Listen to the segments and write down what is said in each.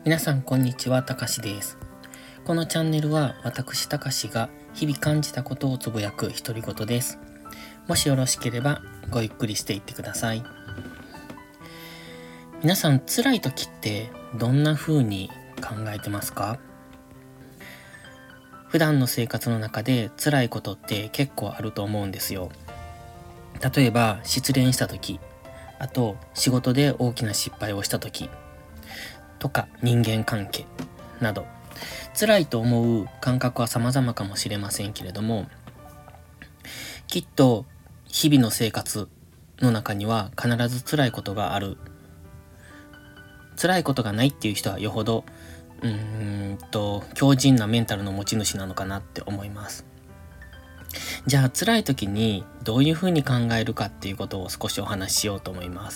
皆さんこんにちは、たかしです。このチャンネルは私たかしが日々感じたことをつぶやく独り言です。もしよろしければごゆっくりしていってください。皆さん辛い時ってどんな風に考えてますか？普段の生活の中で辛いことって結構あると思うんですよ。例えば失恋した時、あと仕事で大きな失敗をした時とか人間関係など、辛いと思う感覚は様々かもしれませんけれども、きっと日々の生活の中には必ず辛いことがある。辛いことがないっていう人はよほど強靭なメンタルの持ち主なのかなって思います。じゃあ辛い時にどういうふうに考えるかっていうことを少しお話ししようと思います。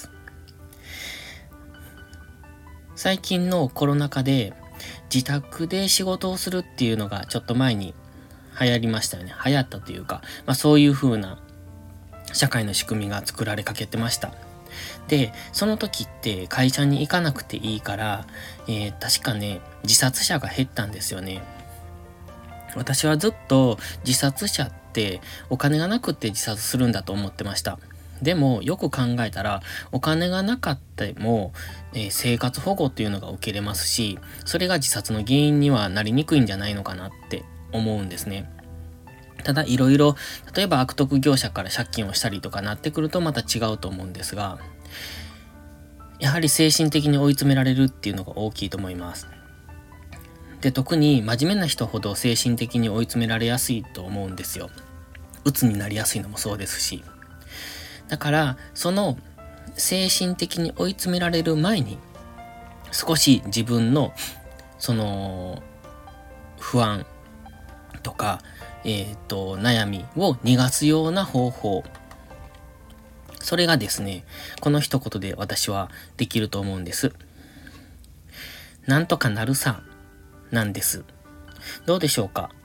最近のコロナ禍で自宅で仕事をするっていうのがちょっと前に流行りましたよね。流行ったというか、そういう風な社会の仕組みが作られかけてました。で、その時って会社に行かなくていいから、確かね、自殺者が減ったんですよね。私はずっと自殺者ってお金がなくて自殺するんだと思ってました。でもよく考えたらお金がなかったも、生活保護っていうのが受けれますし、それが自殺の原因にはなりにくいんじゃないのかなって思うんですね。ただいろいろ、例えば悪徳業者から借金をしたりとかなってくるとまた違うと思うんですが、やはり精神的に追い詰められるっていうのが大きいと思います。で、特に真面目な人ほど精神的に追い詰められやすいと思うんですよ。鬱になりやすいのもそうですし。だから、その精神的に追い詰められる前に、少し自分の、その、不安とか、悩みを逃がすような方法。それがですね、この一言で私はできると思うんです。なんとかなるさ、なんです。どうでしょうか？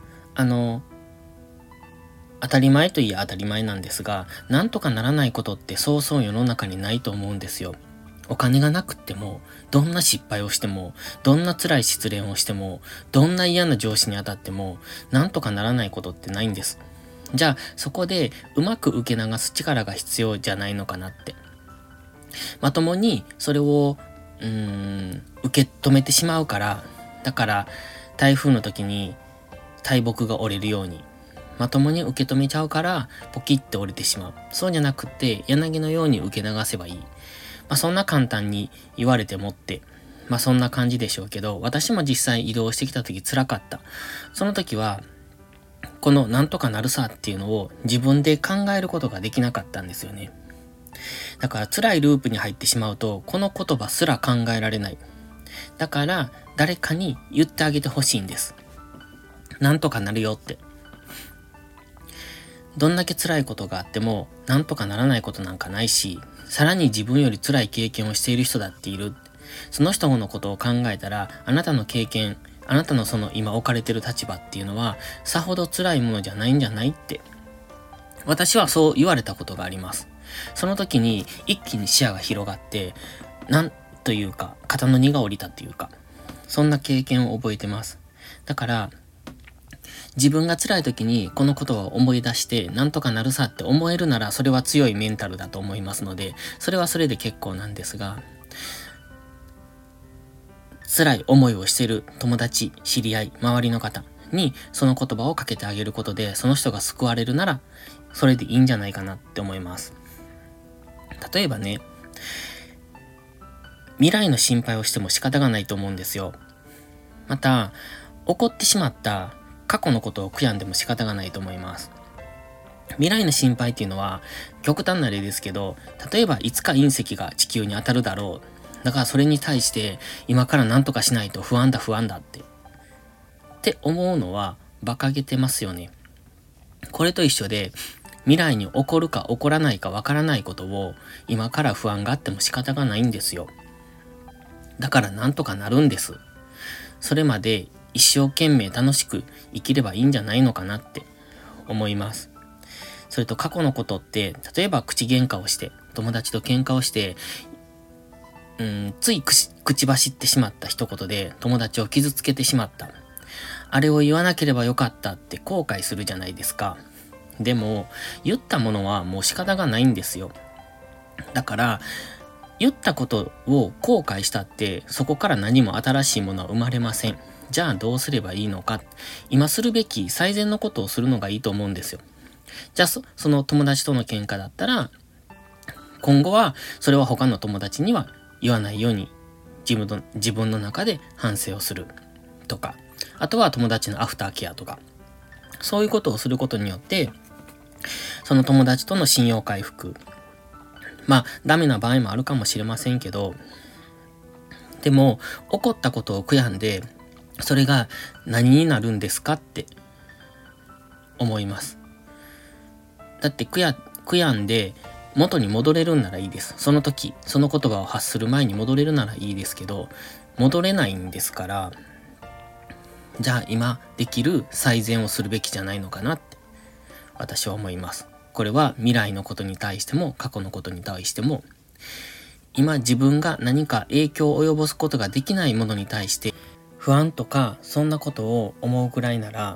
当たり前といえば当たり前なんですが、なんとかならないことってそうそう世の中にないと思うんですよ。お金がなくっても、どんな失敗をしても、どんな辛い失恋をしても、どんな嫌な上司に当たっても、なんとかならないことってないんです。じゃあ、そこでうまく受け流す力が必要じゃないのかなって。まともにそれを、受け止めてしまうから、だから、台風の時に大木が折れるように、まともに受け止めちゃうから、ポキって折れてしまう。そうじゃなくて、柳のように受け流せばいい。そんな簡単に言われてもって、そんな感じでしょうけど、私も実際移動してきた時辛かった。その時は、このなんとかなるさっていうのを自分で考えることができなかったんですよね。だから辛いループに入ってしまうと、この言葉すら考えられない。だから、誰かに言ってあげてほしいんです。なんとかなるよって。どんだけ辛いことがあっても、なんとかならないことなんかないし、さらに自分より辛い経験をしている人だっている。その人のことを考えたら、あなたの経験、あなたのその今置かれてる立場っていうのは、さほど辛いものじゃないんじゃないって。私はそう言われたことがあります。その時に一気に視野が広がって、なんというか、肩の荷が下りたっていうか、そんな経験を覚えてます。だから、自分が辛い時にこのことを思い出してなんとかなるさって思えるならそれは強いメンタルだと思いますので、それはそれで結構なんですが、辛い思いをしている友達、知り合い、周りの方にその言葉をかけてあげることでその人が救われるならそれでいいんじゃないかなって思います。例えばね、未来の心配をしても仕方がないと思うんですよ。また、起こってしまった過去のことを悔やんでも仕方がないと思います。未来の心配っていうのは極端な例ですけど、例えばいつか隕石が地球に当たるだろう。だからそれに対して今から何とかしないと不安だって思うのは馬鹿げてますよね。これと一緒で、未来に起こるか起こらないかわからないことを今から不安があっても仕方がないんですよ。だから何とかなるんです。それまで一生懸命楽しく生きればいいんじゃないのかなって思います。それと過去のことって、例えば口喧嘩をして、友達と喧嘩をして、つい口走ってしまった一言で友達を傷つけてしまった。あれを言わなければよかったって後悔するじゃないですか。でも、言ったものはもう仕方がないんですよ。だから、言ったことを後悔したって、そこから何も新しいものは生まれません。じゃあどうすればいいのか。今するべき最善のことをするのがいいと思うんですよ。じゃあその友達との喧嘩だったら、今後はそれは他の友達には言わないように自分の中で反省をするとか、あとは友達のアフターケアとか、そういうことをすることによって、その友達との信用回復、ダメな場合もあるかもしれませんけど、でも起こったことを悔やんで、それが何になるんですかって思います。だって悔やんで元に戻れるんならいいです。その時、その言葉を発する前に戻れるならいいですけど、戻れないんですから、じゃあ今できる最善をするべきじゃないのかなって私は思います。これは未来のことに対しても過去のことに対しても、今自分が何か影響を及ぼすことができないものに対して不安とかそんなことを思うくらいなら、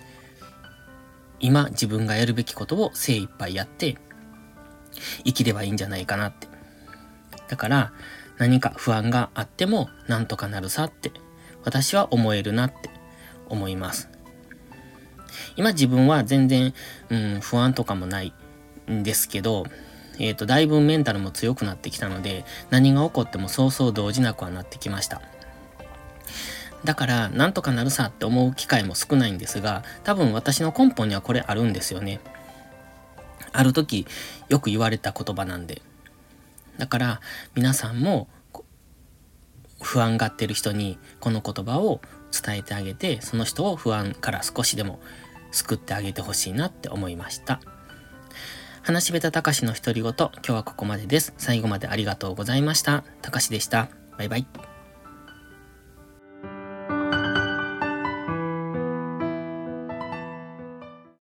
今自分がやるべきことを精一杯やって生きればいいんじゃないかなって。だから何か不安があってもなんとかなるさって私は思えるなって思います。今自分は全然、不安とかもないんですけど、だいぶメンタルも強くなってきたので、何が起こってもそうそう動じなくはなってきました。だからなんとかなるさって思う機会も少ないんですが、多分私の根本にはこれあるんですよね。ある時よく言われた言葉なんで。だから皆さんも不安がってる人にこの言葉を伝えてあげて、その人を不安から少しでも救ってあげてほしいなって思いました。話しべたたかしの独り言、今日はここまでです。最後までありがとうございました。たかしでした。バイバイ。